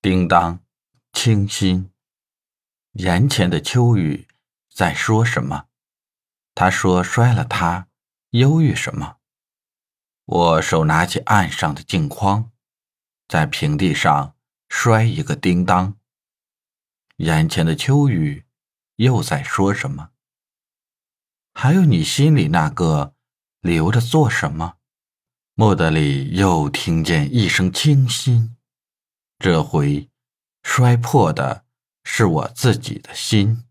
叮当，清新。眼前的秋雨在说什么？他说摔了它，忧郁什么？我手拿起岸上的镜框，在平地上摔一个叮当。眼前的秋雨又在说什么？还有你心里那个留着做什么？蓦地里又听见一声清新，这回摔破的是我自己的心。